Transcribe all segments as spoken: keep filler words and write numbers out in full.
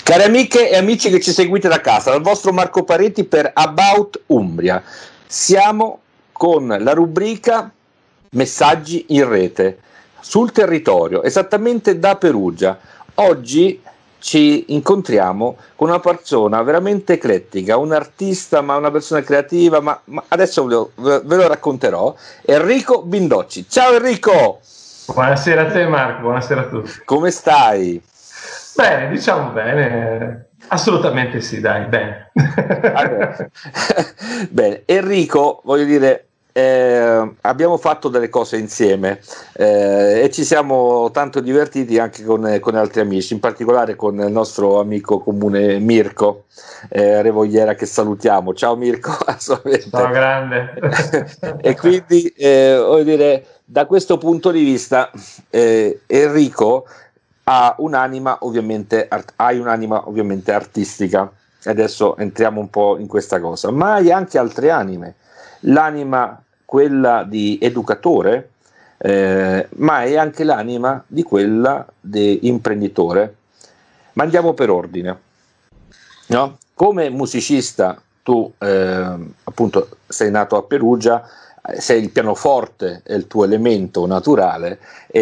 Cari amiche e amici che ci seguite da casa, dal vostro Marco Pareti per About Umbria. Siamo con la rubrica Messaggi in rete, sul territorio, esattamente da Perugia. Oggi ci incontriamo con una persona veramente eclettica, un artista, ma una persona creativa, ma, ma adesso ve lo, ve lo racconterò. Enrico Bindocci. Ciao Enrico! Buonasera a te Marco, buonasera a tutti. Come stai? Bene, diciamo bene, assolutamente sì, dai, bene. Allora, bene, Enrico, voglio dire, eh, abbiamo fatto delle cose insieme eh, e ci siamo tanto divertiti anche con, con altri amici, in particolare con il nostro amico comune Mirko eh, Revogliera, che salutiamo. Ciao Mirko. Ciao grande. E quindi eh, voglio dire, da questo punto di vista eh, Enrico ha un'anima ovviamente art- hai un'anima ovviamente artistica, e adesso entriamo un po' in questa cosa, ma hai anche altre anime, l'anima quella di educatore, eh, ma hai anche l'anima di quella di imprenditore. Ma andiamo per ordine, no? Come musicista tu eh, appunto sei nato a Perugia, sei il pianoforte, è il tuo elemento naturale,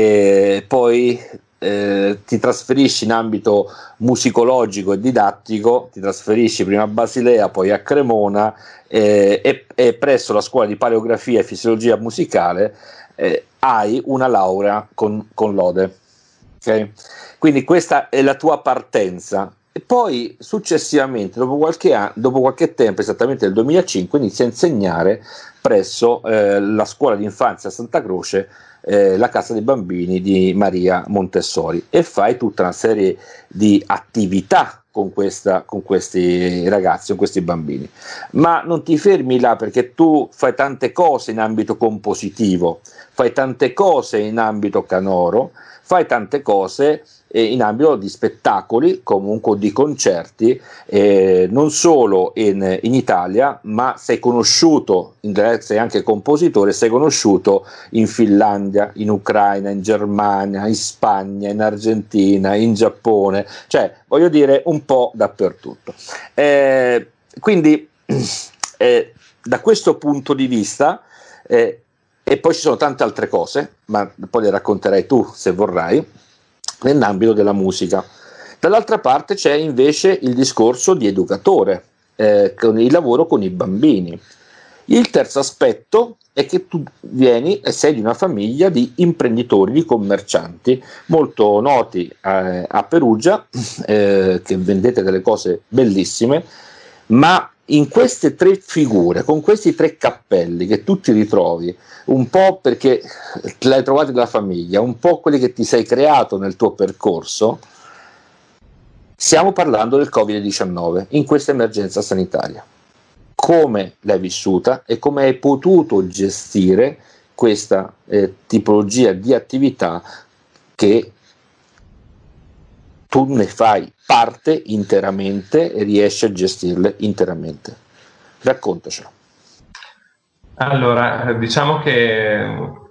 e poi eh, ti trasferisci in ambito musicologico e didattico, ti trasferisci prima a Basilea, poi a Cremona eh, e, e presso la scuola di paleografia e fisiologia musicale eh, hai una laurea con, con lode. Okay? Quindi questa è la tua partenza. E poi successivamente, dopo qualche, anno, dopo qualche tempo, esattamente nel duemilacinque, inizia a insegnare presso eh, la scuola di infanzia Santa Croce, eh, la casa dei bambini di Maria Montessori, e fai tutta una serie di attività con, questa, con questi ragazzi, con questi bambini. Ma non ti fermi là, perché tu fai tante cose in ambito compositivo, fai tante cose in ambito canoro, fai tante cose eh, in ambito di spettacoli, comunque di concerti, eh, non solo in, in Italia, ma sei conosciuto, sei anche compositore, sei conosciuto in Finlandia, in Ucraina, in Germania, in Spagna, in Argentina, in Giappone, cioè voglio dire un po' dappertutto. Eh, quindi eh, da questo punto di vista eh, e poi ci sono tante altre cose, ma poi le racconterai tu se vorrai, nell'ambito della musica. Dall'altra parte c'è invece il discorso di educatore, eh, con il lavoro con i bambini. Il terzo aspetto è che tu vieni e sei di una famiglia di imprenditori, di commercianti molto noti eh, a Perugia, eh, che vendete delle cose bellissime, ma in queste tre figure, con questi tre cappelli che tu ti ritrovi, un po' perché te l'hai trovato nella famiglia, un po' quelli che ti sei creato nel tuo percorso, stiamo parlando del covid diciannove, in questa emergenza sanitaria. Come l'hai vissuta e come hai potuto gestire questa eh, tipologia di attività che tu ne fai parte interamente e riesci a gestirle interamente. Raccontacelo. Allora, diciamo che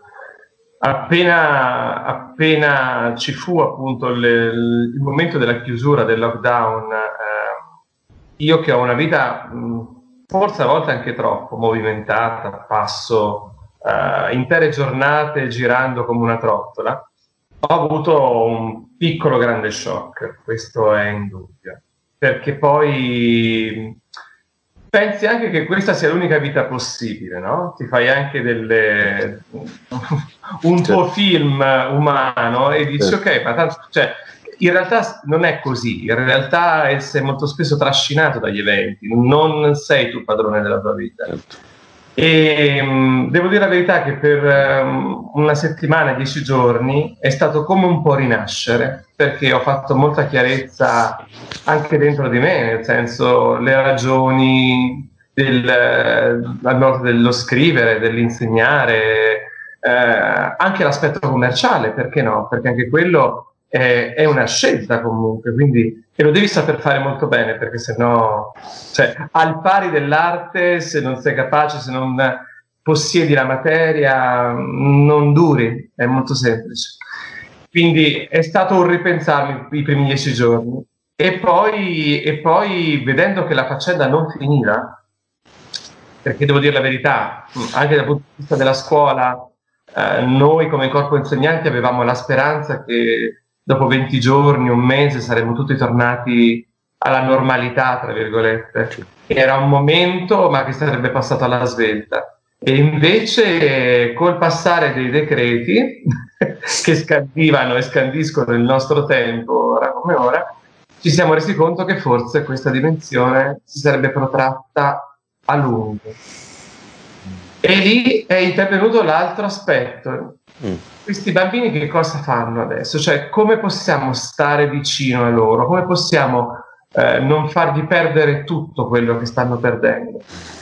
appena, appena ci fu appunto il, il momento della chiusura, del lockdown, eh, io che ho una vita forse a volte anche troppo movimentata, passo eh, intere giornate girando come una trottola, ho avuto un piccolo grande shock, questo è indubbio, perché poi pensi anche che questa sia l'unica vita possibile, no? Ti fai anche delle un tuo film umano e dici ok, ma tanto, cioè, in realtà non è così, in realtà sei molto spesso trascinato dagli eventi, non sei tu padrone della tua vita. E um, devo dire la verità che per um, una settimana, dieci giorni, è stato come un po' rinascere, perché ho fatto molta chiarezza anche dentro di me, nel senso le ragioni del, dello scrivere, dell'insegnare, eh, anche l'aspetto commerciale, perché no? Perché anche quello è, è una scelta comunque, quindi e lo devi saper fare molto bene, perché sennò, cioè, al pari dell'arte, se non sei capace, se non possiedi la materia, non duri, è molto semplice. Quindi è stato un ripensarmi i primi dieci giorni e poi, e poi vedendo che la faccenda non finiva, perché devo dire la verità, anche dal punto di vista della scuola, eh, noi come corpo insegnanti avevamo la speranza che dopo venti giorni, un mese, saremmo tutti tornati alla normalità, tra virgolette. Era un momento, ma che sarebbe passato alla svelta. E invece, col passare dei decreti che scandivano e scandiscono il nostro tempo, ora come ora, ci siamo resi conto che forse questa dimensione si sarebbe protratta a lungo. E lì è intervenuto l'altro aspetto. Mm. Questi bambini che cosa fanno adesso? Cioè, come possiamo stare vicino a loro? Come possiamo eh, non fargli perdere tutto quello che stanno perdendo?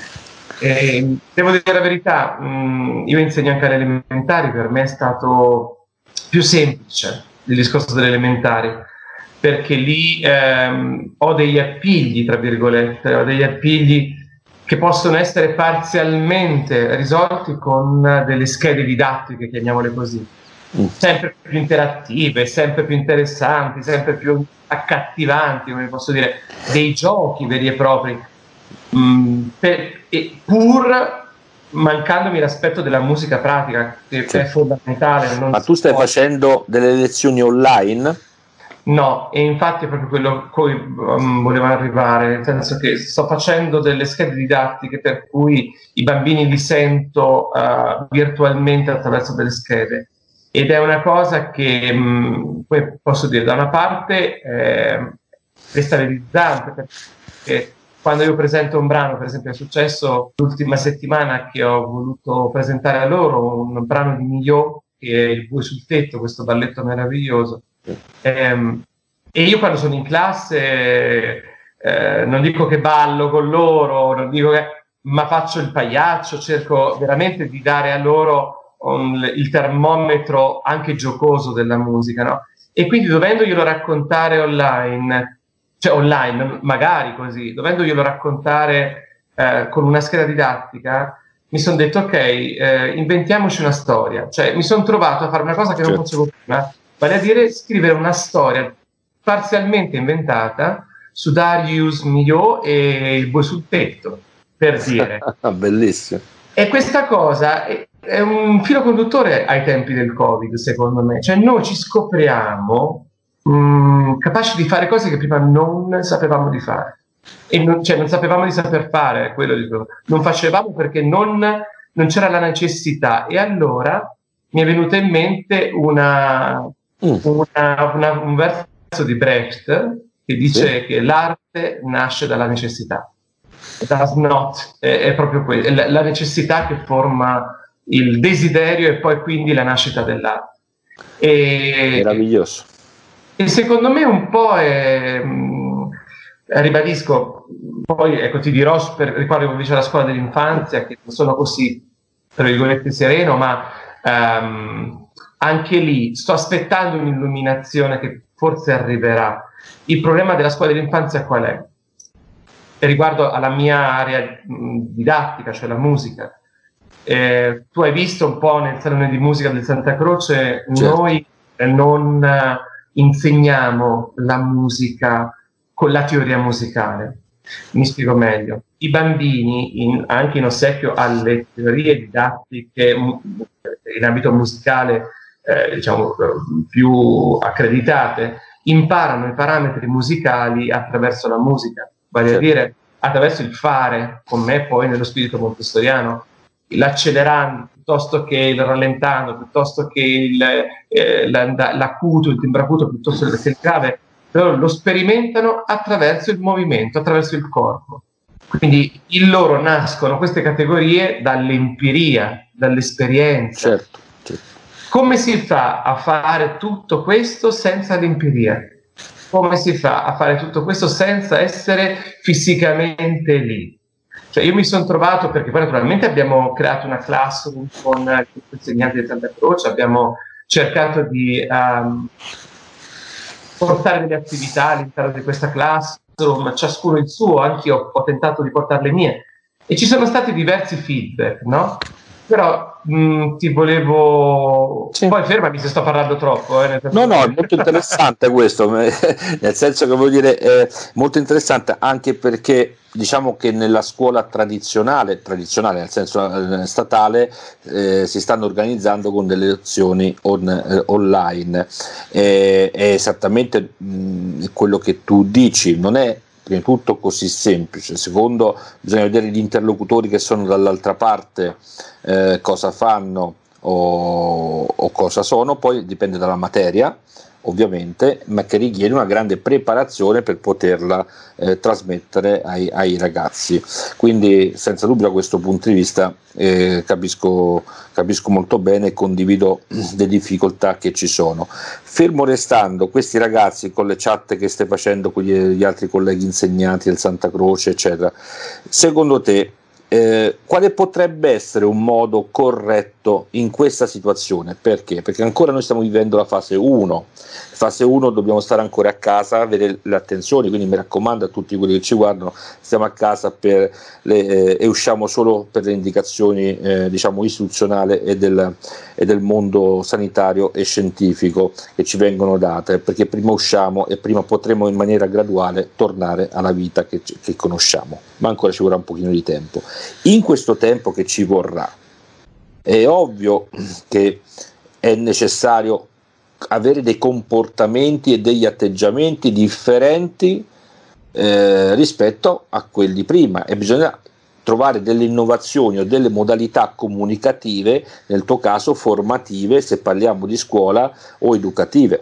E, devo dire la verità, mh, io insegno anche alle elementari, per me è stato più semplice il discorso delle elementari, perché lì ehm, ho degli appigli, tra virgolette, ho degli appigli che possono essere parzialmente risolti con delle schede didattiche, chiamiamole così, mm. sempre più interattive, sempre più interessanti, sempre più accattivanti, come posso dire, dei giochi veri e propri, mm, per, e pur mancandomi l'aspetto della musica pratica, che sì. è fondamentale. Non Ma tu stai può... facendo delle lezioni online? No, e infatti è proprio quello a cui um, volevano arrivare, nel senso che sto facendo delle schede didattiche per cui i bambini li sento uh, virtualmente attraverso delle schede, ed è una cosa che mh, poi posso dire, da una parte eh, destabilizzante, perché quando io presento un brano, per esempio è successo l'ultima settimana che ho voluto presentare a loro un brano di Milhaud, che è Il bue sul tetto, questo balletto meraviglioso. Ehm, e io quando sono in classe eh, non dico che ballo con loro, non dico che, ma faccio il pagliaccio, cerco veramente di dare a loro un, il termometro anche giocoso della musica, no? E quindi dovendoglielo raccontare online, cioè online magari così, dovendoglielo raccontare eh, con una scheda didattica, mi sono detto ok, eh, inventiamoci una storia, cioè mi sono trovato a fare una cosa che non facevo prima, vale a dire scrivere una storia parzialmente inventata su Darius Milhaud e Il bue sul tetto, per dire. Bellissimo. E questa cosa è, è un filo conduttore ai tempi del Covid, secondo me. Cioè noi ci scopriamo mh, capaci di fare cose che prima non sapevamo di fare. E non, cioè, non sapevamo di saper fare, quello di quello. Non facevamo perché non, non c'era la necessità. E allora mi è venuta in mente una... Mm. Una, una, un verso di Brecht che dice sì. che l'arte nasce dalla necessità. Does not, è, è proprio quello, è la necessità che forma il desiderio e poi quindi la nascita dell'arte. E, meraviglioso. E secondo me un po' è, mh, ribadisco, poi ecco ti dirò, per ricordo invece alla scuola dell'infanzia, che non sono così, tra virgolette, sereno, ma um, anche lì sto aspettando un'illuminazione che forse arriverà. Il problema della scuola dell'infanzia qual è? E riguardo alla mia area mh, didattica, cioè la musica. Eh, tu hai visto un po' nel Salone di Musica del Santa Croce, certo. Noi eh, non eh, insegniamo la musica con la teoria musicale. Mi spiego meglio. I bambini, in, anche in ossequio alle teorie didattiche in ambito musicale, Eh, diciamo più accreditate, imparano i parametri musicali attraverso la musica, vale a dire attraverso il fare, con me poi nello spirito montessoriano, l'accelerando piuttosto che il rallentando, piuttosto che il, eh, l'acuto, il timbracuto piuttosto che il grave, loro lo sperimentano attraverso il movimento, attraverso il corpo. Quindi in loro nascono queste categorie dall'empiria, dall'esperienza. Certo. Come si fa a fare tutto questo senza l'empiria? Come si fa a fare tutto questo senza essere fisicamente lì? Cioè io mi sono trovato, perché poi naturalmente abbiamo creato una classroom con gli insegnanti di Santa Croce, abbiamo cercato di um, portare delle attività all'interno di questa classroom, ciascuno il suo, anche io ho tentato di portare le mie, e ci sono stati diversi feedback, no? Però mh, ti volevo... Sì. Poi fermami se sto parlando troppo. Eh, no, no, è molto interessante questo, nel senso che voglio dire, è molto interessante anche perché diciamo che nella scuola tradizionale, tradizionale nel senso eh, statale, eh, si stanno organizzando con delle lezioni on, eh, online. Eh, è esattamente mh, quello che tu dici, non è prima di tutto così semplice, secondo bisogna vedere gli interlocutori che sono dall'altra parte, eh, cosa fanno o, o cosa sono, poi dipende dalla materia ovviamente, ma che richiede una grande preparazione per poterla eh, trasmettere ai, ai ragazzi. Quindi senza dubbio da questo punto di vista eh, capisco, capisco molto bene e condivido le difficoltà che ci sono. Fermo restando, questi ragazzi con le chat che stai facendo con gli, gli altri colleghi insegnanti del Santa Croce eccetera, secondo te Eh, quale potrebbe essere un modo corretto in questa situazione? Perché? Perché ancora noi stiamo vivendo la fase uno. Fase uno dobbiamo stare ancora a casa, avere le attenzioni, quindi mi raccomando a tutti quelli che ci guardano, stiamo a casa per le, eh, e usciamo solo per le indicazioni eh, diciamo istituzionali e del, e del mondo sanitario e scientifico che ci vengono date, perché prima usciamo e prima potremo in maniera graduale tornare alla vita che, che conosciamo, ma ancora ci vorrà un pochino di tempo. In questo tempo che ci vorrà è ovvio che è necessario avere dei comportamenti e degli atteggiamenti differenti eh, rispetto a quelli prima, e bisogna trovare delle innovazioni o delle modalità comunicative, nel tuo caso formative se parliamo di scuola, o educative.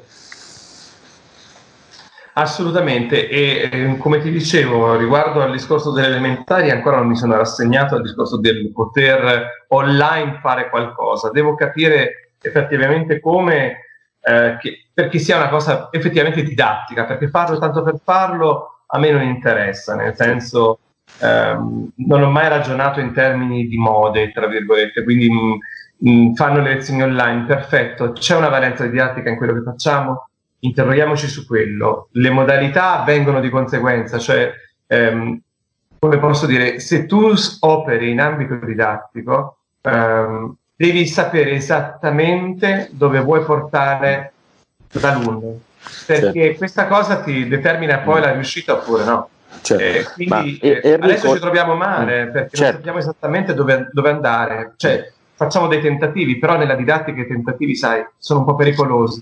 Assolutamente, e eh, come ti dicevo riguardo al discorso delle elementari ancora non mi sono rassegnato al discorso del poter online fare qualcosa, devo capire effettivamente come, eh, che, perché sia una cosa effettivamente didattica, perché farlo tanto per farlo a me non interessa, nel senso ehm, non ho mai ragionato in termini di mode, tra virgolette, quindi mh, mh, fanno le lezioni online, perfetto, c'è una valenza didattica in quello che facciamo? Interroghiamoci su quello. Le modalità vengono di conseguenza, cioè, ehm, come posso dire, se tu operi in ambito didattico, ehm, devi sapere esattamente dove vuoi portare l'alunno, perché certo. Questa cosa ti determina poi la riuscita oppure no. Certo. Eh, quindi Ma, eh, Enrico, adesso ci troviamo male, perché certo. non sappiamo esattamente dove, dove andare, cioè facciamo dei tentativi, però nella didattica i tentativi, sai, sono un po' pericolosi.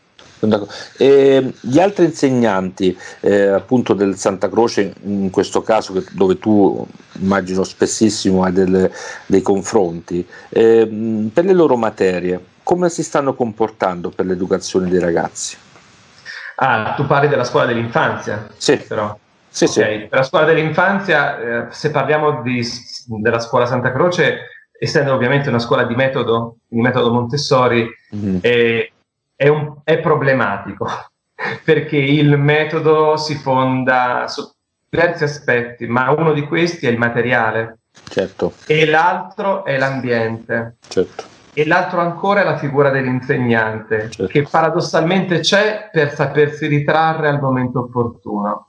E gli altri insegnanti eh, appunto del Santa Croce, in questo caso che, dove tu immagino spessissimo hai delle, dei confronti, eh, per le loro materie come si stanno comportando per l'educazione dei ragazzi? Ah, tu parli della scuola dell'infanzia? Sì, però. sì, okay. Sì. Per la scuola dell'infanzia, eh, se parliamo di, della scuola Santa Croce, essendo ovviamente una scuola di metodo, di metodo Montessori, mm-hmm. eh, È, un, è problematico perché il metodo si fonda su diversi aspetti, ma uno di questi è il materiale, certo. E l'altro è l'ambiente, certo. E l'altro ancora è la figura dell'insegnante, certo. Che paradossalmente c'è per sapersi ritrarre al momento opportuno.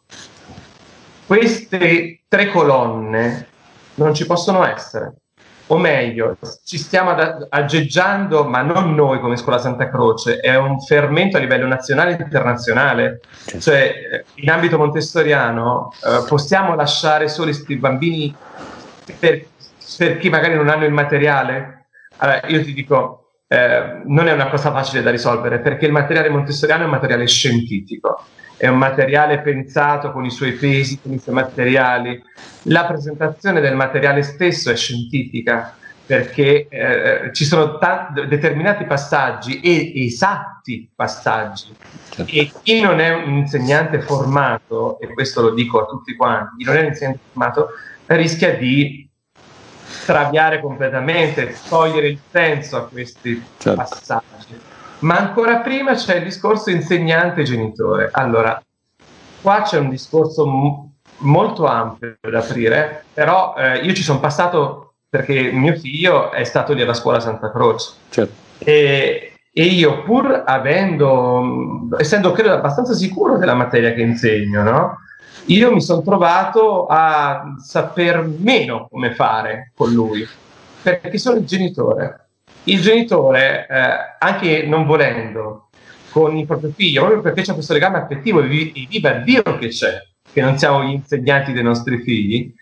Queste tre colonne non ci possono essere. O meglio, ci stiamo aggeggiando, ma non noi come Scuola Santa Croce, è un fermento a livello nazionale e internazionale. Cioè, in ambito montessoriano eh, possiamo lasciare solo questi bambini per, per chi magari non hanno il materiale? Allora, io ti dico, eh, non è una cosa facile da risolvere, perché il materiale montessoriano è un materiale scientifico, è un materiale pensato con i suoi pesi, con i suoi materiali. La presentazione del materiale stesso è scientifica, perché eh, ci sono t- determinati passaggi e esatti passaggi, certo. E chi non è un insegnante formato, e questo lo dico a tutti quanti, chi non è un insegnante formato rischia di traviare completamente, togliere il senso a questi certo. passaggi. Ma ancora prima c'è il discorso insegnante-genitore. Allora, qua c'è un discorso m- molto ampio da aprire, però eh, io ci sono passato perché mio figlio è stato lì alla scuola Santa Croce. Certo. E, e io, pur avendo, essendo credo abbastanza sicuro della materia che insegno, no? Io mi sono trovato a saper meno come fare con lui, perché sono il genitore. il genitore, eh, anche non volendo, con il proprio figlio, proprio perché c'è questo legame affettivo e vi- viva Dio che c'è, che non siamo gli insegnanti dei nostri figli,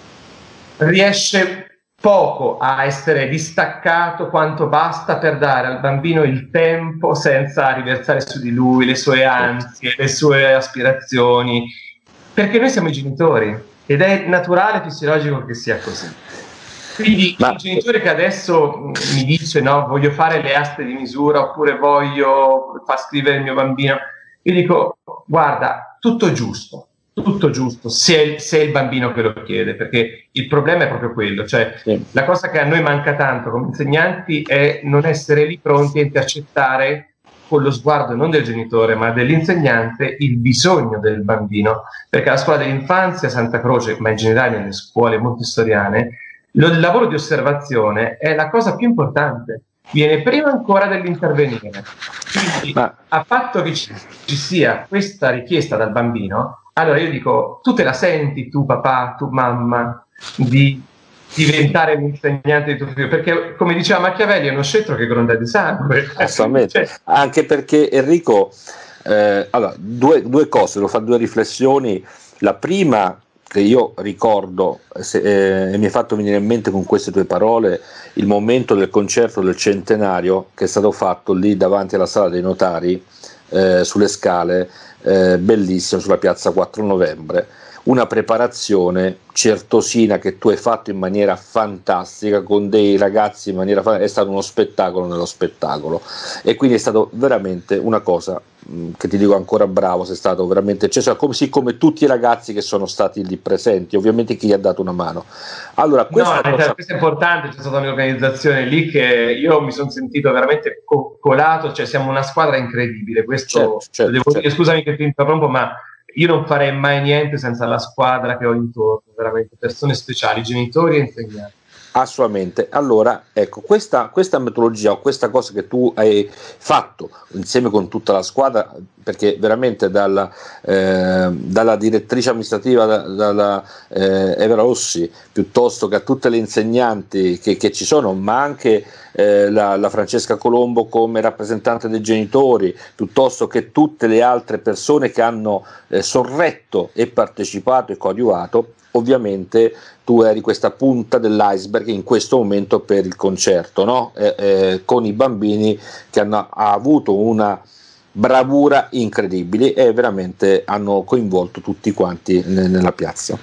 riesce poco a essere distaccato quanto basta per dare al bambino il tempo senza riversare su di lui le sue ansie, le sue aspirazioni, perché noi siamo i genitori ed è naturale e fisiologico che sia così. Quindi Ma... il genitore che adesso mi dice no, voglio fare le aste di misura oppure voglio far scrivere il mio bambino, io dico guarda, tutto giusto, tutto giusto, se è, se è il bambino che lo chiede, perché il problema è proprio quello, cioè sì. La cosa che a noi manca tanto come insegnanti è non essere lì pronti a intercettare con lo sguardo non del genitore ma dell'insegnante il bisogno del bambino, perché la scuola dell'infanzia Santa Croce, ma in generale nelle scuole montessoriane, lo, il lavoro di osservazione è la cosa più importante, viene prima ancora dell'intervenire. Quindi ma... a patto che ci, ci sia questa richiesta dal bambino, allora io dico, tu te la senti tu papà, tu mamma, di diventare l'insegnante di tuo figlio? Perché come diceva Machiavelli è uno scettro che gronda di sangue. Assolutamente, cioè... anche perché Enrico, eh, allora, due, due cose, lo fa due riflessioni. La prima che io ricordo se, eh, e mi è fatto venire in mente con queste tue parole il momento del concerto del centenario che è stato fatto lì davanti alla sala dei notari, eh, sulle scale, eh, bellissimo, sulla piazza quattro novembre, una preparazione certosina che tu hai fatto in maniera fantastica con dei ragazzi in maniera fantastica, è stato uno spettacolo nello spettacolo e quindi è stato veramente una cosa mh, che ti dico ancora bravo, sei stato veramente cioè, così come tutti i ragazzi che sono stati lì presenti, ovviamente chi gli ha dato una mano. Allora, questa, no, cosa... questo è importante, c'è stata un'organizzazione lì che io mi sono sentito veramente coccolato, cioè siamo una squadra incredibile, questo certo, certo, devo certo. dire, scusami che ti interrompo, ma io non farei mai niente senza la squadra che ho intorno, veramente persone speciali, genitori e insegnanti. Assolutamente. Allora, ecco, questa, questa metodologia o questa cosa che tu hai fatto insieme con tutta la squadra, perché veramente dalla, eh, dalla direttrice amministrativa, da, dalla eh, Evera Rossi, piuttosto che a tutte le insegnanti che, che ci sono, ma anche eh, la, la Francesca Colombo come rappresentante dei genitori, piuttosto che tutte le altre persone che hanno eh, sorretto e partecipato e coadiuvato, ovviamente tu eri questa punta dell'iceberg in questo momento per il concerto, no? eh, eh, con i bambini che hanno ha avuto una bravura incredibile e veramente hanno coinvolto tutti quanti ne, nella piazza.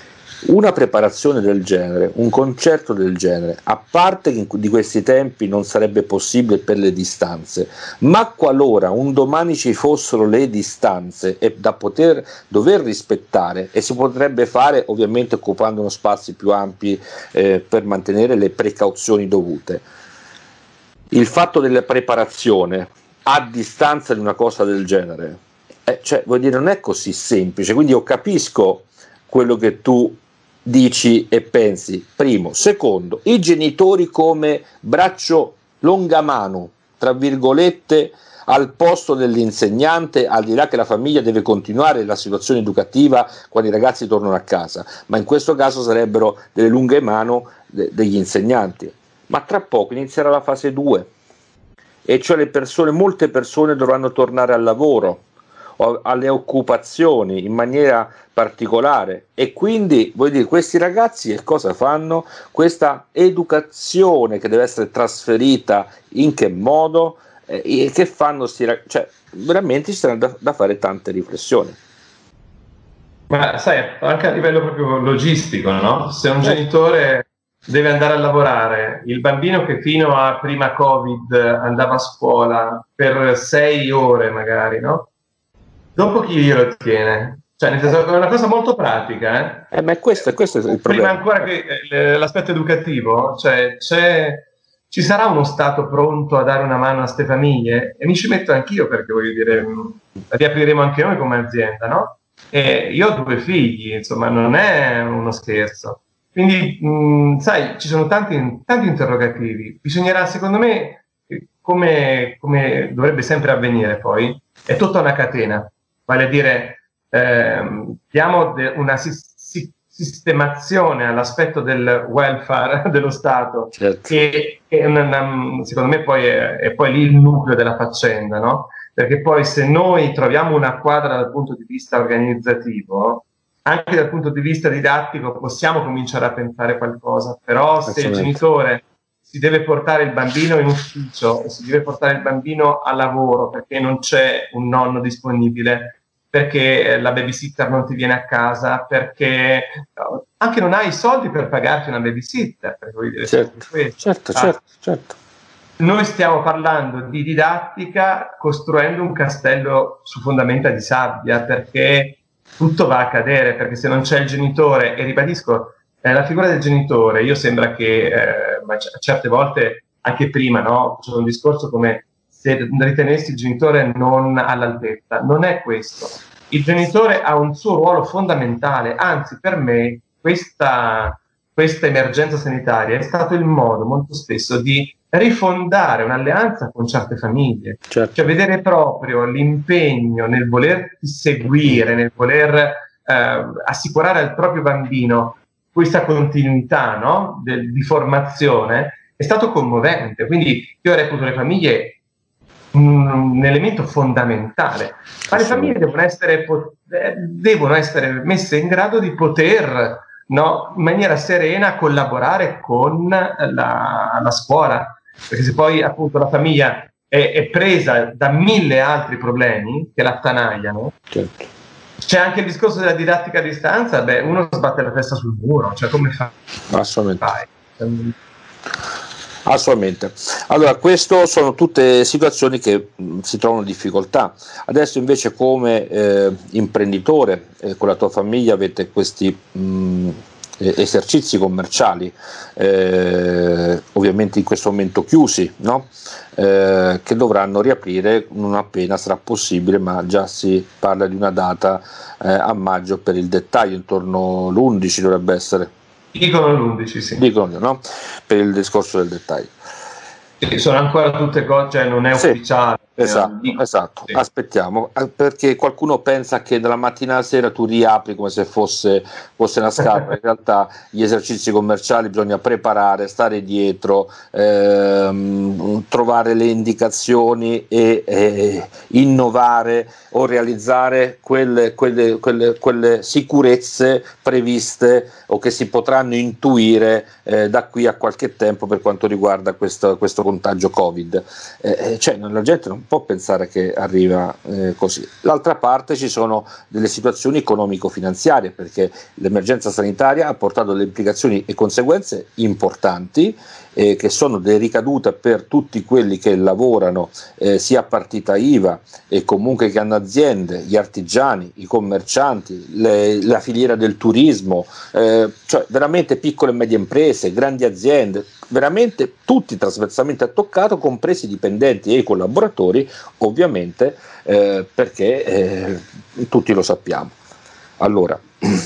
Una preparazione del genere, un concerto del genere, a parte che di questi tempi non sarebbe possibile per le distanze, ma qualora un domani ci fossero le distanze e da poter dover rispettare, e si potrebbe fare ovviamente occupando uno spazi più ampi eh, per mantenere le precauzioni dovute, il fatto della preparazione a distanza di una cosa del genere, eh, cioè vuol dire non è così semplice, quindi io capisco quello che tu dici e pensi, primo. Secondo, i genitori come braccio longamano, tra virgolette, al posto dell'insegnante, al di là che la famiglia deve continuare la situazione educativa quando i ragazzi tornano a casa, ma in questo caso sarebbero delle lunghe mano de- degli insegnanti. Ma tra poco inizierà la fase due, e cioè le persone, molte persone dovranno tornare al lavoro o alle occupazioni in maniera particolare, e quindi vuol dire questi ragazzi che cosa fanno? Questa educazione che deve essere trasferita in che modo eh, e che fanno sti ragazzi? Cioè veramente ci saranno da, da fare tante riflessioni. Ma sai, anche a livello proprio logistico, no? Se un genitore deve andare a lavorare, il bambino che fino a prima Covid andava a scuola per sei ore magari, no? Dopo chi glielo tiene? Cioè, nel senso, è una cosa molto pratica, eh? Eh, ma questo, questo è il problema. Prima ancora che eh, l'aspetto educativo, cioè c'è, ci sarà uno Stato pronto a dare una mano a queste famiglie? E mi ci metto anch'io, perché voglio dire, riapriremo anche noi come azienda, no? E io ho due figli, insomma, non è uno scherzo. Quindi, mh, sai, ci sono tanti, tanti interrogativi. Bisognerà, secondo me, come, come dovrebbe sempre avvenire poi, è tutta una catena. Vale a dire, ehm, diamo de- una si- si- sistemazione all'aspetto del welfare dello Stato, certo. che, che una, secondo me poi è, è poi lì il nucleo della faccenda, no? Perché poi se noi troviamo una quadra dal punto di vista organizzativo, anche dal punto di vista didattico possiamo cominciare a pensare qualcosa, però se il genitore si deve portare il bambino in ufficio, si deve portare il bambino a lavoro perché non c'è un nonno disponibile, perché la babysitter non ti viene a casa, perché anche non hai i soldi per pagarti una babysitter. Per cui deve certo, certo, ah, certo, certo. Noi stiamo parlando di didattica costruendo un castello su fondamenta di sabbia, perché tutto va a cadere, perché se non c'è il genitore, e ribadisco, eh, la figura del genitore, io sembra che eh, ma c- certe volte, anche prima, no, c'è un discorso come se ritenessi il genitore non all'altezza. Non è questo. Il genitore ha un suo ruolo fondamentale, anzi per me questa, questa emergenza sanitaria è stato il modo molto spesso di rifondare un'alleanza con certe famiglie, certo. Cioè vedere proprio l'impegno nel voler seguire, nel voler eh, assicurare al proprio bambino questa continuità, no? Del, di formazione, è stato commovente. Quindi io reputo le famiglie un, un elemento fondamentale, ma le famiglie devono essere, devono essere messe in grado di poter, no, in maniera serena collaborare con la, la scuola, perché se poi appunto la famiglia è, è presa da mille altri problemi che l'attanagliano, certo. C'è anche il discorso della didattica a distanza, beh, uno sbatte la testa sul muro, cioè come fa? Assolutamente. Fai? Assolutamente. Allora, queste sono tutte situazioni che mh, si trovano in difficoltà. Adesso invece come eh, imprenditore eh, con la tua famiglia avete questi mh, esercizi commerciali eh, ovviamente in questo momento chiusi, no? eh, che dovranno riaprire non appena sarà possibile, ma già si parla di una data eh, a maggio per il dettaglio, intorno all'undici dovrebbe essere. Dicono l'undici, sì. Dicono, no? Per il discorso del dettaglio. Sì, sono ancora tutte cose, cioè non è sì, ufficiale. Esatto, dico, esatto. Sì. Aspettiamo, perché qualcuno pensa che dalla mattina alla sera tu riapri come se fosse, fosse una scatola. In realtà gli esercizi commerciali bisogna preparare, stare dietro, ehm, trovare le indicazioni e eh, innovare o realizzare quelle, quelle, quelle, quelle sicurezze previste o che si potranno intuire eh, da qui a qualche tempo per quanto riguarda questo, questo contagio Covid. Eh, cioè la gente non può pensare che arriva eh, così. L'altra parte ci sono delle situazioni economico-finanziarie, perché l'emergenza sanitaria ha portato delle implicazioni e conseguenze importanti eh, che sono delle ricadute per tutti quelli che lavorano eh, sia a partita I V A e comunque che hanno aziende, gli artigiani, i commercianti, le, la filiera del turismo, eh, cioè veramente piccole e medie imprese, grandi aziende, veramente tutti trasversalmente ha toccato, compresi i dipendenti e i collaboratori, ovviamente eh, perché eh, tutti lo sappiamo. Allora,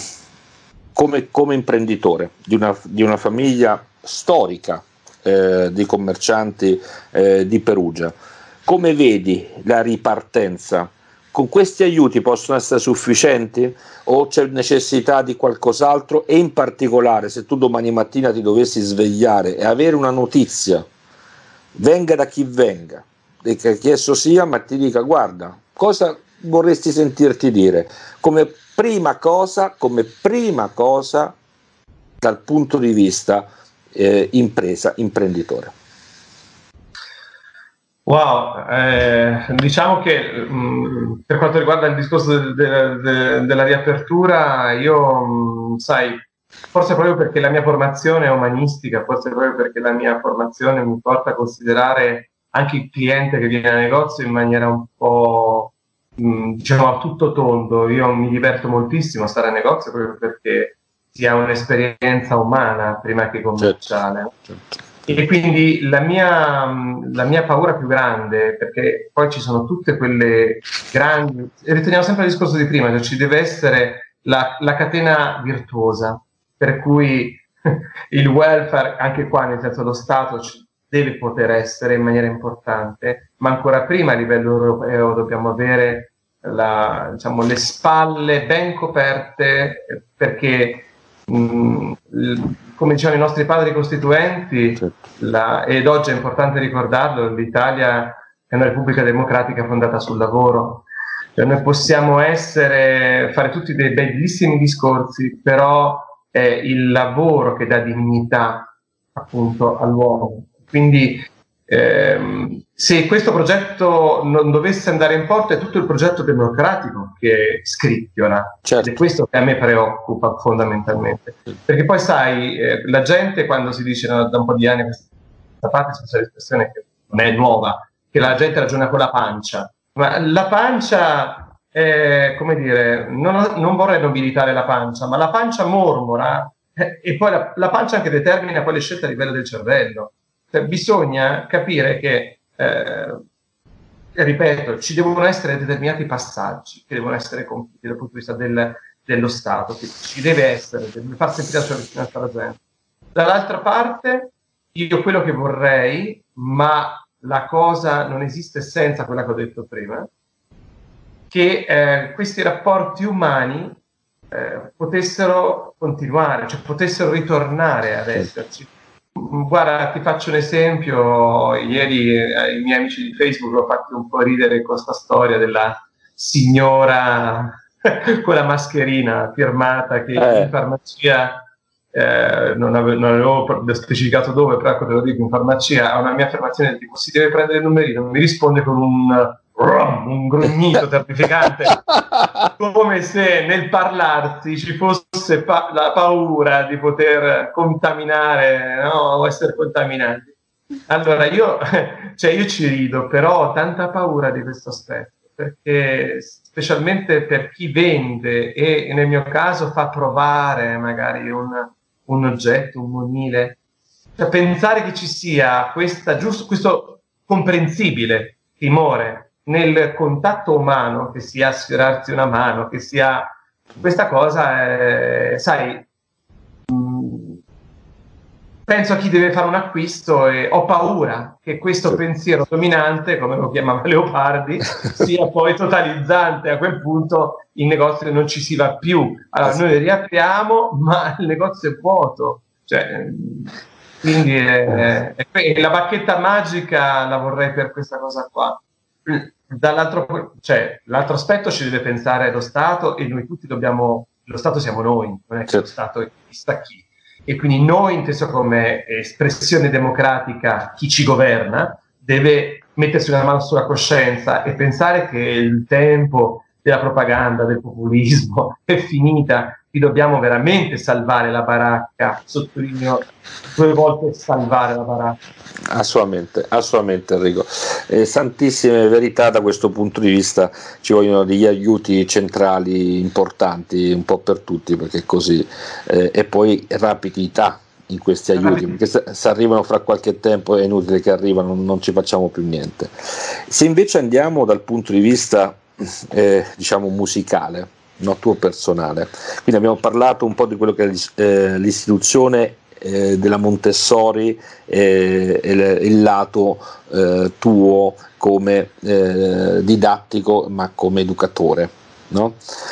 come, come imprenditore di una, di una famiglia storica eh, di commercianti eh, di Perugia, come vedi la ripartenza? Con questi aiuti possono essere sufficienti o c'è necessità di qualcos'altro? E in particolare, se tu domani mattina ti dovessi svegliare e avere una notizia, venga da chi venga, e che chi esso sia, ma ti dica: guarda, cosa vorresti sentirti dire? Come prima cosa, come prima cosa dal punto di vista eh, impresa, imprenditore. Wow, eh, diciamo che mh, per quanto riguarda il discorso de- de- de- della riapertura, io, mh, sai, forse proprio perché la mia formazione è umanistica, forse proprio perché la mia formazione mi porta a considerare anche il cliente che viene al negozio in maniera un po', mh, diciamo, a tutto tondo. Io mi diverto moltissimo a stare al negozio proprio perché si ha un'esperienza umana prima che commerciale. Certo, certo. E quindi la mia, la mia paura più grande, perché poi ci sono tutte quelle grandi, e riteniamo sempre il discorso di prima, cioè ci deve essere la, la catena virtuosa, per cui il welfare, anche qua nel senso lo Stato deve poter essere in maniera importante, ma ancora prima a livello europeo dobbiamo avere la, diciamo, le spalle ben coperte, perché mh, come dicevano i nostri padri costituenti, certo. la, ed oggi è importante ricordarlo, l'Italia è una repubblica democratica fondata sul lavoro. Cioè noi possiamo essere, fare tutti dei bellissimi discorsi, però è il lavoro che dà dignità appunto all'uomo. Quindi ehm, se questo progetto non dovesse andare in porto, è tutto il progetto democratico che scricchiola, certo. Ed è questo che a me preoccupa fondamentalmente, perché poi sai, eh, la gente quando si dice no, da un po' di anni a questa parte si usa l'espressione che non è nuova, che la gente ragiona con la pancia, ma la pancia è, come dire, non, non vorrei nobilitare la pancia, ma la pancia mormora eh, e poi la, la pancia anche determina poi le scelte a livello del cervello. Cioè, bisogna capire che, eh, ripeto, ci devono essere determinati passaggi che devono essere compiuti dal punto di vista del, dello Stato, che ci deve essere, deve far sentire la sua vicinanza alla gente. Dall'altra parte, io quello che vorrei, ma la cosa non esiste senza quella che ho detto prima, che eh, questi rapporti umani eh, potessero continuare, cioè potessero ritornare ad esserci. Guarda, ti faccio un esempio. Ieri eh, i miei amici di Facebook ho fatto un po' ridere con questa storia della signora con la mascherina firmata che eh. in farmacia eh, non, avevo, non avevo specificato dove, però te lo dico, in farmacia a una mia affermazione del tipo si deve prendere il numerino, mi risponde con un un grugnito terrificante, come se nel parlarsi ci fosse pa- la paura di poter contaminare, no? O essere contaminati. Allora io, cioè io ci rido, però ho tanta paura di questo aspetto, perché specialmente per chi vende e nel mio caso fa provare magari un, un oggetto, un monile, cioè pensare che ci sia questa, giusto, questo comprensibile timore nel contatto umano, che sia sfiorarsi una mano, che sia questa cosa, è, sai, mh, penso a chi deve fare un acquisto e ho paura che questo pensiero dominante, come lo chiamava Leopardi, sia poi totalizzante. A quel punto il negozio non ci si va più. Allora noi riapriamo, ma il negozio è vuoto. Cioè, quindi è, è, è, la bacchetta magica la vorrei per questa cosa qua. Dall'altro, cioè, l'altro aspetto ci deve pensare lo Stato, e noi tutti dobbiamo, lo Stato siamo noi, non è che lo Stato sta chi, e quindi noi, inteso come espressione democratica, chi ci governa deve mettersi una mano sulla coscienza e pensare che il tempo della propaganda, del populismo è finita, qui dobbiamo veramente salvare la baracca, sottolineo due volte salvare la baracca. Assolutamente, assolutamente Enrico. Eh, santissime verità da questo punto di vista, ci vogliono degli aiuti centrali importanti un po' per tutti, perché così eh, e poi rapidità in questi aiuti, perché se, se arrivano fra qualche tempo è inutile che arrivano, non ci facciamo più niente. Se invece andiamo dal punto di vista eh, diciamo musicale, no, tuo personale, quindi abbiamo parlato un po' di quello che è eh, l'istituzione Eh, della Montessori eh, e il, il lato eh, tuo come eh, didattico, ma come educatore, no?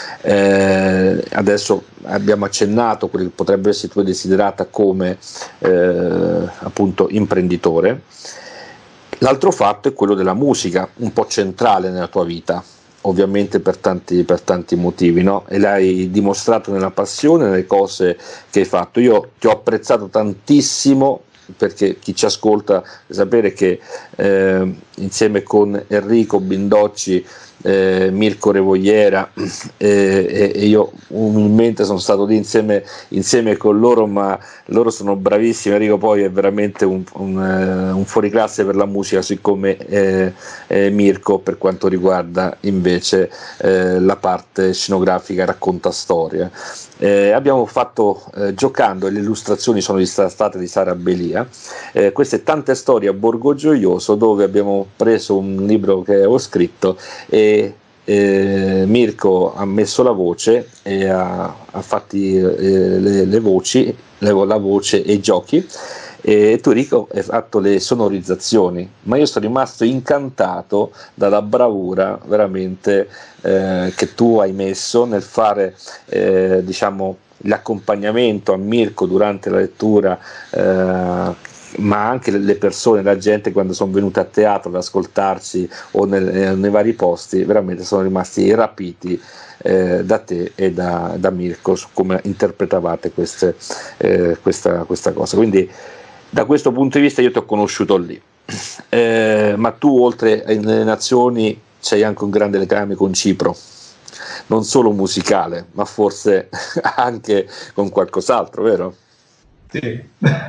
Eh, adesso abbiamo accennato quello che potrebbe essere tua desiderata come eh, appunto imprenditore. L'altro fatto è quello della musica, un po' centrale nella tua vita, ovviamente per tanti, per tanti motivi, no? E l'hai dimostrato nella passione, nelle cose che hai fatto. Io ti ho apprezzato tantissimo, perché chi ci ascolta deve sapere che eh, insieme con Enrico Bindocci, eh, Mirko Revogliera eh, e io umilmente sono stato lì insieme, insieme con loro, ma loro sono bravissimi. Enrico poi è veramente un, un, uh, un fuoriclasse per la musica, siccome eh, eh, Mirko per quanto riguarda invece eh, la parte scenografica, racconta storie. Eh, abbiamo fatto eh, giocando, e le illustrazioni sono state di Sara Belia, eh, queste tante storie a Borgo Gioioso, dove abbiamo preso un libro che ho scritto e eh, Mirko ha messo la voce e ha, ha fatto eh, le, le voci, le, la voce e i giochi, e tu Enrico hai fatto le sonorizzazioni, ma io sono rimasto incantato dalla bravura veramente eh, che tu hai messo nel fare eh, diciamo l'accompagnamento a Mirko durante la lettura, eh, ma anche le persone, la gente quando sono venute a teatro ad ascoltarci o nel, nei vari posti, veramente sono rimasti rapiti eh, da te e da, da Mirko su come interpretavate queste, eh, questa, questa cosa. Quindi da questo punto di vista io ti ho conosciuto lì, eh, ma tu oltre alle nazioni c'hai anche un grande legame con Cipro, non solo musicale, ma forse anche con qualcos'altro, vero? Sì,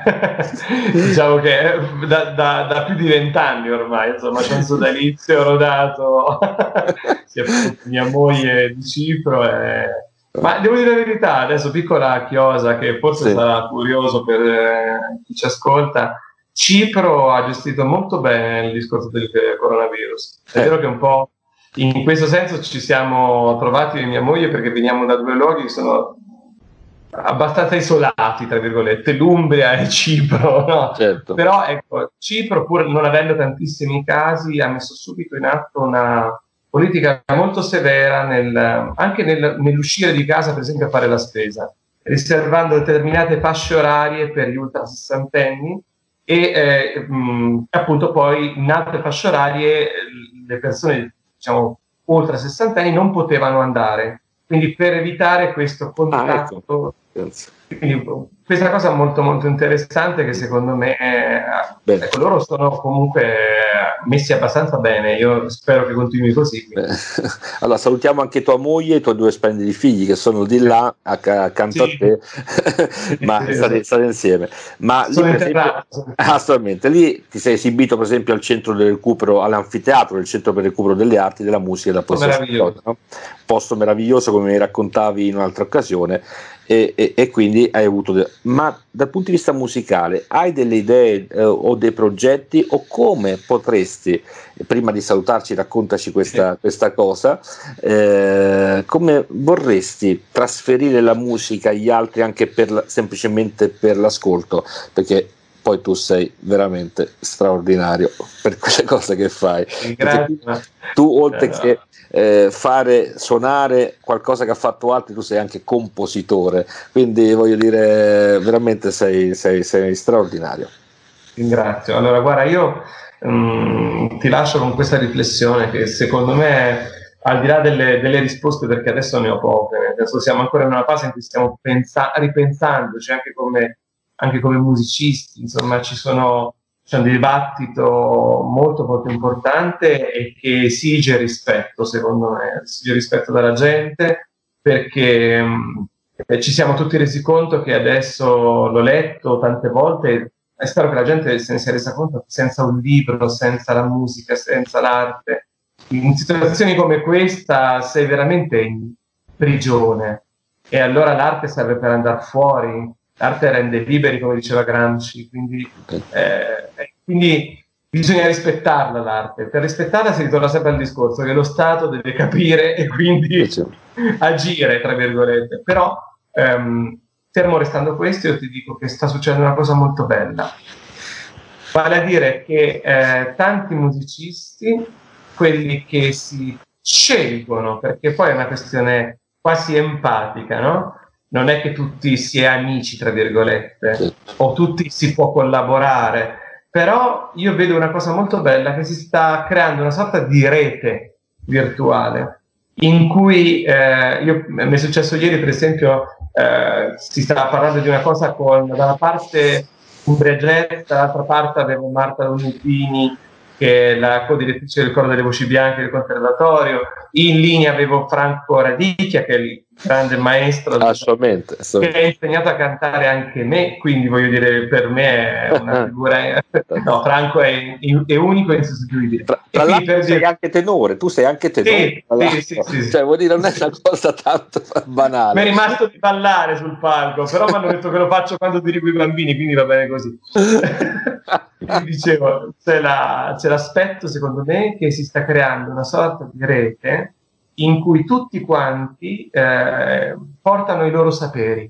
diciamo che da, da, da più di vent'anni ormai, insomma, c'è un sodalizio rodato, sia mia moglie di Cipro, e... ma devo dire la verità, adesso piccola chiosa che forse sì. sarà curioso per eh, chi ci ascolta, Cipro ha gestito molto bene il discorso del coronavirus, è eh. vero che un po' in questo senso ci siamo trovati io e mia moglie perché veniamo da due luoghi che sono abbastanza isolati, tra virgolette, l'Umbria e Cipro, no? Certo. Però ecco, Cipro, pur non avendo tantissimi casi, ha messo subito in atto una politica molto severa nel, anche nel, nell'uscire di casa, per esempio a fare la spesa, riservando determinate fasce orarie per gli ultra sessantenni e eh, mh, appunto poi in altre fasce orarie le persone, diciamo, oltre sessantenni non potevano andare. Quindi per evitare questo contatto, ah, ecco. Quindi, questa cosa molto molto interessante che secondo me ecco, loro sono comunque messi abbastanza bene, io spero che continui così. Allora salutiamo anche tua moglie e i tuoi due splendidi figli che sono di là accanto sì. a te, ma sì, state, state insieme. Ma lì, per esempio, assolutamente, lì ti sei esibito per esempio al centro del recupero, all'anfiteatro, il centro per il recupero delle arti, della musica e della poesia, meraviglioso. No? Posto meraviglioso come mi raccontavi in un'altra occasione. E, e, e quindi hai avuto de- ma dal punto di vista musicale hai delle idee eh, o dei progetti, o come potresti, prima di salutarci raccontaci questa, sì. questa cosa, eh, come vorresti trasferire la musica agli altri anche per la, semplicemente per l'ascolto, perché poi tu sei veramente straordinario per quelle cose che fai. Grazie. Tu oltre eh, che eh, fare suonare qualcosa che ha fatto altri, tu sei anche compositore, quindi voglio dire veramente sei, sei, sei straordinario. Ringrazio. Allora guarda, io um, ti lascio con questa riflessione che secondo me, al di là delle, delle risposte, perché adesso ne ho poche, adesso siamo ancora in una fase in cui stiamo pensa- ripensandoci anche come anche come musicisti, insomma ci sono, c'è un dibattito molto molto importante e che esige rispetto, secondo me, esige rispetto dalla gente, perché mh, ci siamo tutti resi conto che adesso, l'ho letto tante volte, e spero che la gente se ne sia resa conto, senza un libro, senza la musica, senza l'arte, in situazioni come questa sei veramente in prigione, e allora l'arte serve per andare fuori. L'arte rende liberi, come diceva Gramsci, quindi, eh, quindi bisogna rispettarla l'arte. Per rispettarla si ritorna sempre al discorso che lo Stato deve capire e quindi agire, tra virgolette. Però, ehm, fermo restando questo, io ti dico che sta succedendo una cosa molto bella. Vale a dire che eh, tanti musicisti, quelli che si scelgono, perché poi è una questione quasi empatica, no? Non è che tutti si è amici, tra virgolette, o tutti si può collaborare, però io vedo una cosa molto bella, che si sta creando una sorta di rete virtuale, in cui, eh, io, mi è successo ieri per esempio, eh, si stava parlando di una cosa con, da una parte Umbria Jazz, dall'altra parte avevo Marta Lupini, che è la co-direttrice del Coro delle Voci Bianche del Conservatorio, in linea avevo Franco Radicchia, che è il grande maestro, assolutamente, assolutamente. che è insegnato a cantare anche me, quindi voglio dire, per me è una figura, no, Franco è, è unico e insostituibile. Tra, tra l'altro per sei dire... anche tenore, tu sei anche tenore, sì, sì, sì, sì. Cioè, vuol dire, non è una cosa tanto banale. Mi è rimasto di ballare sul palco, però mi hanno detto che lo faccio quando dirigo i bambini, quindi va bene così. Quindi dicevo, c'è, la, c'è l'aspetto, secondo me, che si sta creando una sorta di rete in cui tutti quanti eh, portano i loro saperi,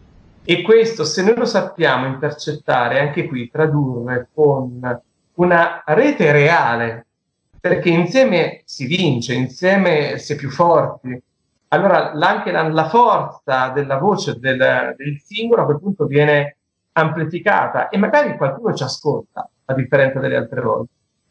e questo, se noi lo sappiamo intercettare, anche qui tradurre con una rete reale, perché insieme si vince, insieme si è più forti, allora anche la, la forza della voce del, del singolo a quel punto viene amplificata e magari qualcuno ci ascolta, a differenza delle altre volte.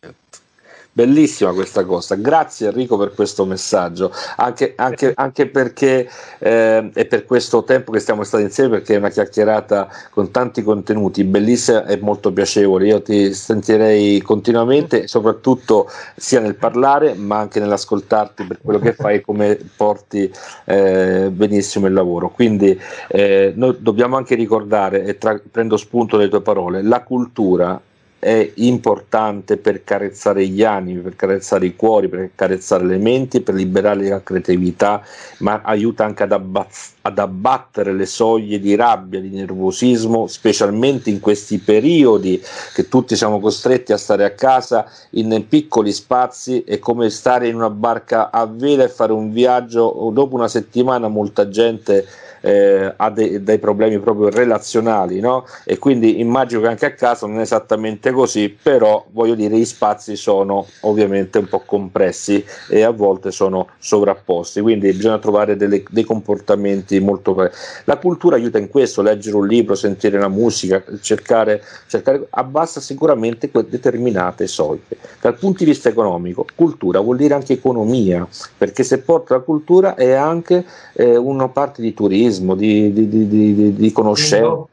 Bellissima questa cosa, grazie Enrico per questo messaggio, anche, anche, anche perché eh, è per questo tempo che stiamo stati insieme, perché è una chiacchierata con tanti contenuti, bellissima e molto piacevole. Io ti sentirei continuamente, soprattutto sia nel parlare ma anche nell'ascoltarti per quello che fai e come porti eh, benissimo il lavoro. Quindi eh, noi dobbiamo anche ricordare, e tra, prendo spunto dalle tue parole, la cultura è importante per carezzare gli animi, per carezzare i cuori, per carezzare le menti, per liberare la creatività, ma aiuta anche ad, abbaz- ad abbattere le soglie di rabbia, di nervosismo, specialmente in questi periodi che tutti siamo costretti a stare a casa in piccoli spazi. È come stare in una barca a vela e fare un viaggio. Dopo una settimana molta gente Eh, ha de- dei problemi proprio relazionali, no? E quindi immagino che anche a casa non è esattamente così, però voglio dire, gli spazi sono ovviamente un po' compressi e a volte sono sovrapposti, quindi bisogna trovare delle, dei comportamenti molto. La cultura aiuta in questo, leggere un libro, sentire la musica, cercare, cercare abbassa sicuramente determinate soglie. Dal punto di vista economico, cultura vuol dire anche economia, perché se porta la cultura è anche eh, una parte di turismo, Di, di, di, di, di conoscenza,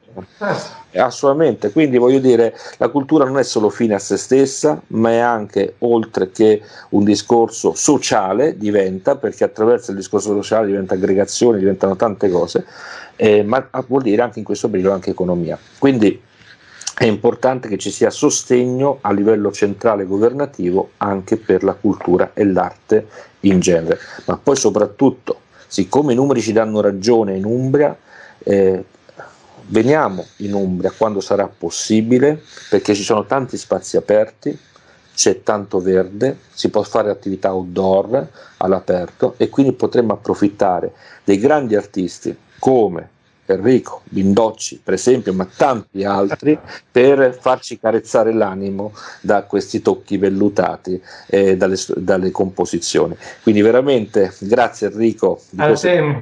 eh. Assolutamente. Quindi voglio dire, la cultura non è solo fine a se stessa, ma è anche, oltre che un discorso sociale, diventa, perché attraverso il discorso sociale diventa aggregazione, diventano tante cose, eh, ma vuol dire anche in questo periodo anche economia. Quindi è importante che ci sia sostegno a livello centrale governativo anche per la cultura e l'arte in genere, ma poi soprattutto, siccome i numeri ci danno ragione in Umbria, eh, veniamo in Umbria quando sarà possibile, perché ci sono tanti spazi aperti, c'è tanto verde, si può fare attività outdoor all'aperto e quindi potremmo approfittare dei grandi artisti come Enrico Bindocci per esempio, ma tanti altri, per farci carezzare l'animo da questi tocchi vellutati e dalle, dalle composizioni. Quindi veramente grazie Enrico di, queste,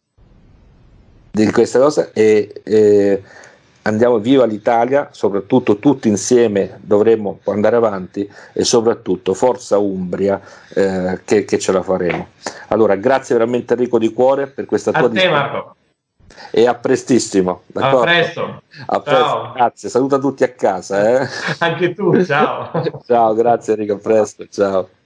di questa cosa e, e andiamo, viva l'Italia, soprattutto tutti insieme dovremmo andare avanti e soprattutto forza Umbria, eh, che, che ce la faremo. Allora grazie veramente Enrico di cuore per questa tua disponibilità. E a prestissimo, d'accordo? A presto. A presto, grazie, saluta tutti a casa. Eh? Anche tu, ciao. Ciao, grazie Enrico, a presto, ciao.